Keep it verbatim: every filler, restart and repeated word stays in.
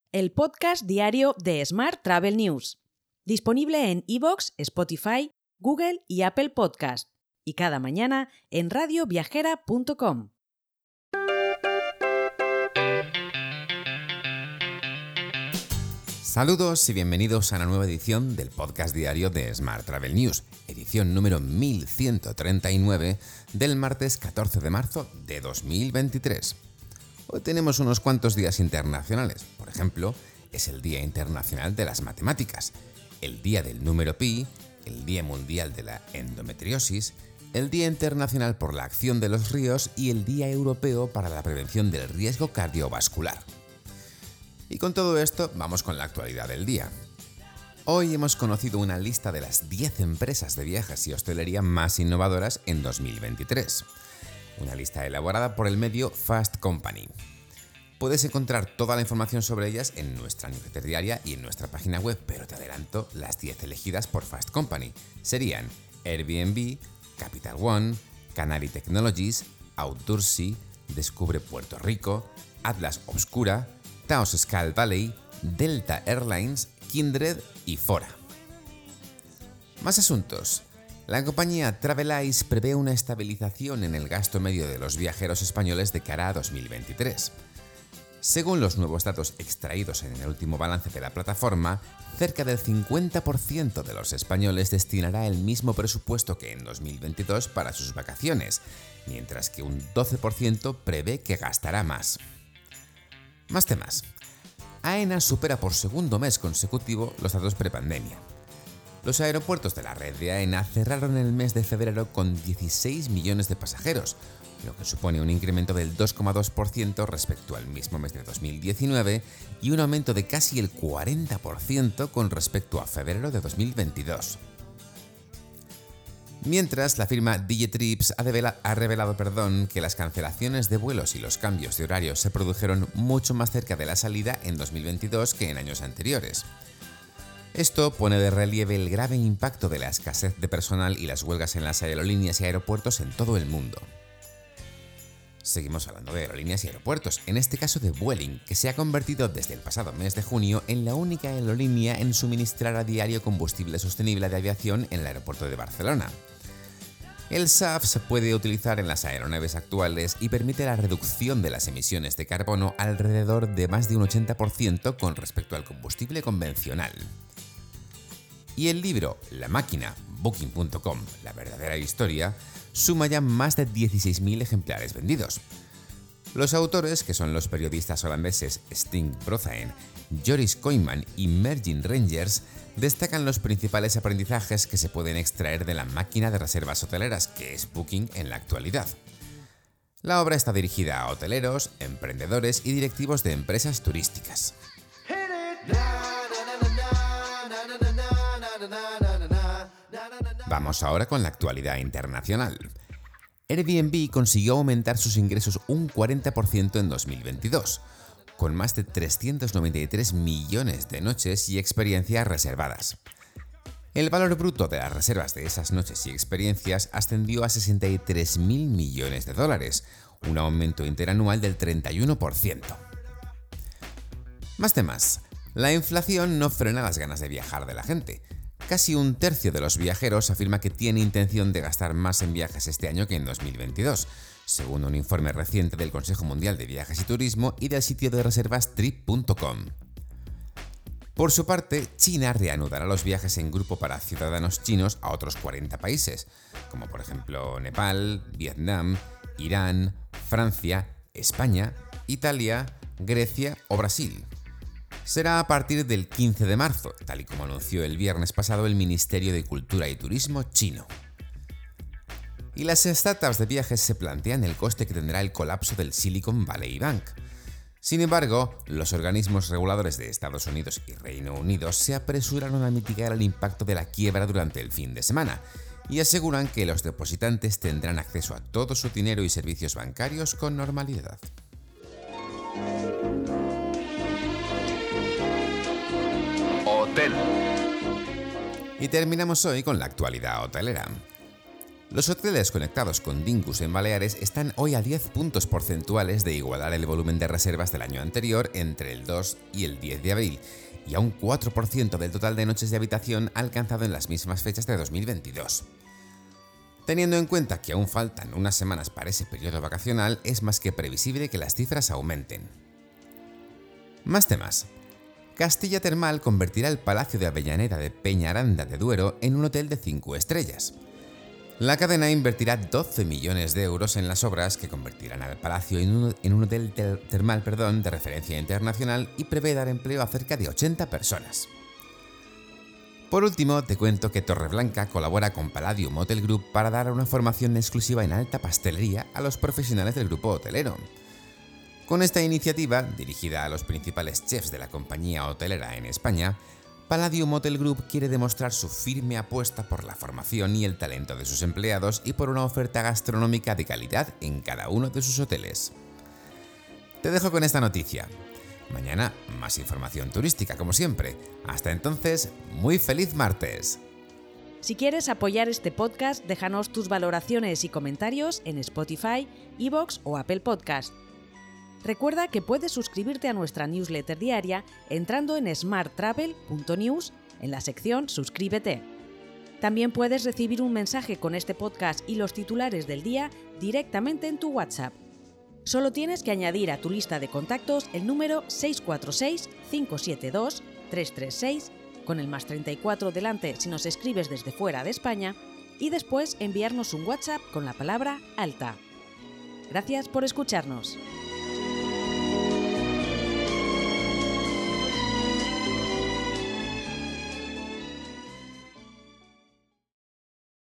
el podcast diario de Smart Travel News, disponible en iVoox, Spotify, Google y Apple Podcast, y cada mañana en radio viajera punto com. Saludos y bienvenidos a una nueva edición del podcast diario de Smart Travel News, edición número mil ciento treinta y nueve del martes catorce de marzo de dos mil veintitrés. Hoy tenemos unos cuantos días internacionales. Por ejemplo, es el Día Internacional de las Matemáticas, el Día del Número Pi, el Día Mundial de la Endometriosis, el Día Internacional por la Acción de los Ríos y el Día Europeo para la Prevención del Riesgo Cardiovascular. Y con todo esto, vamos con la actualidad del día. Hoy hemos conocido una lista de las diez empresas de viajes y hostelería más innovadoras en dos mil veintitrés. Una lista elaborada por el medio Fast Company. Puedes encontrar toda la información sobre ellas en nuestra newsletter diaria y en nuestra página web, pero te adelanto las diez elegidas por Fast Company. Serían Airbnb, Capital One, Canary Technologies, Outdoorsy, Descubre Puerto Rico, Atlas Obscura, Taos Skull Valley, Delta Airlines, Kindred y Fora. Más asuntos. La compañía Travelize prevé una estabilización en el gasto medio de los viajeros españoles de cara a dos mil veintitrés. Según los nuevos datos extraídos en el último balance de la plataforma, cerca del cincuenta por ciento de los españoles destinará el mismo presupuesto que en dos mil veintidós para sus vacaciones, mientras que un doce por ciento prevé que gastará más. Más temas. AENA supera por segundo mes consecutivo los datos prepandemia. Los aeropuertos de la red de AENA cerraron el mes de febrero con dieciséis millones de pasajeros, lo que supone un incremento del dos coma dos por ciento respecto al mismo mes de dos mil diecinueve y un aumento de casi el cuarenta por ciento con respecto a febrero de dos mil veintidós. Mientras, la firma Digitrips ha, devela, ha revelado perdón, que las cancelaciones de vuelos y los cambios de horario se produjeron mucho más cerca de la salida en dos mil veintidós que en años anteriores. Esto pone de relieve el grave impacto de la escasez de personal y las huelgas en las aerolíneas y aeropuertos en todo el mundo. Seguimos hablando de aerolíneas y aeropuertos, en este caso de Vueling, que se ha convertido desde el pasado mes de junio en la única aerolínea en suministrar a diario combustible sostenible de aviación en el aeropuerto de Barcelona. El S A F se puede utilizar en las aeronaves actuales y permite la reducción de las emisiones de carbono alrededor de más de un ochenta por ciento con respecto al combustible convencional. Y el libro La Máquina, Booking punto com, la verdadera historia, suma ya más de dieciséis mil ejemplares vendidos. Los autores, que son los periodistas holandeses Stink Brothain, Joris Koyman y Mergin Rangers, destacan los principales aprendizajes que se pueden extraer de la máquina de reservas hoteleras que es Booking en la actualidad. La obra está dirigida a hoteleros, emprendedores y directivos de empresas turísticas. Vamos ahora con la actualidad internacional. Airbnb consiguió aumentar sus ingresos un cuarenta por ciento en dos mil veintidós, con más de trescientos noventa y tres millones de noches y experiencias reservadas. El valor bruto de las reservas de esas noches y experiencias ascendió a sesenta y tres mil millones de dólares, un aumento interanual del treinta y uno por ciento. Más temas. La inflación no frena las ganas de viajar de la gente. Casi un tercio de los viajeros afirma que tiene intención de gastar más en viajes este año que en dos mil veintidós, según un informe reciente del Consejo Mundial de Viajes y Turismo y del sitio de reservas trip punto com. Por su parte, China reanudará los viajes en grupo para ciudadanos chinos a otros cuarenta países, como por ejemplo Nepal, Vietnam, Irán, Francia, España, Italia, Grecia o Brasil. Será a partir del quince de marzo, tal y como anunció el viernes pasado el Ministerio de Cultura y Turismo chino. Y las startups de viajes se plantean el coste que tendrá el colapso del Silicon Valley Bank. Sin embargo, los organismos reguladores de Estados Unidos y Reino Unido se apresuraron a mitigar el impacto de la quiebra durante el fin de semana y aseguran que los depositantes tendrán acceso a todo su dinero y servicios bancarios con normalidad. Hotel. Y terminamos hoy con la actualidad hotelera. Los hoteles conectados con Dingus en Baleares están hoy a diez puntos porcentuales de igualar el volumen de reservas del año anterior entre el dos y el diez de abril, y a un cuatro por ciento del total de noches de habitación alcanzado en las mismas fechas de dos mil veintidós. Teniendo en cuenta que aún faltan unas semanas para ese periodo vacacional, es más que previsible que las cifras aumenten. Más temas. Castilla Termal convertirá el Palacio de Avellaneda de Peñaranda de Duero en un hotel de cinco estrellas. La cadena invertirá doce millones de euros en las obras que convertirán al palacio en un, en un hotel ter, termal perdón, de referencia internacional y prevé dar empleo a cerca de ochenta personas. Por último, te cuento que Torreblanca colabora con Palladium Hotel Group para dar una formación exclusiva en alta pastelería a los profesionales del grupo hotelero. Con esta iniciativa, dirigida a los principales chefs de la compañía hotelera en España, Palladium Hotel Group quiere demostrar su firme apuesta por la formación y el talento de sus empleados y por una oferta gastronómica de calidad en cada uno de sus hoteles. Te dejo con esta noticia. Mañana, más información turística, como siempre. Hasta entonces, muy feliz martes. Si quieres apoyar este podcast, déjanos tus valoraciones y comentarios en Spotify, iVoox o Apple Podcast. Recuerda que puedes suscribirte a nuestra newsletter diaria entrando en smart travel punto news en la sección Suscríbete. También puedes recibir un mensaje con este podcast y los titulares del día directamente en tu WhatsApp. Solo tienes que añadir a tu lista de contactos el número seis cuatro seis, cinco siete dos, tres tres seis, con el más treinta y cuatro delante si nos escribes desde fuera de España, y después enviarnos un WhatsApp con la palabra alta. Gracias por escucharnos.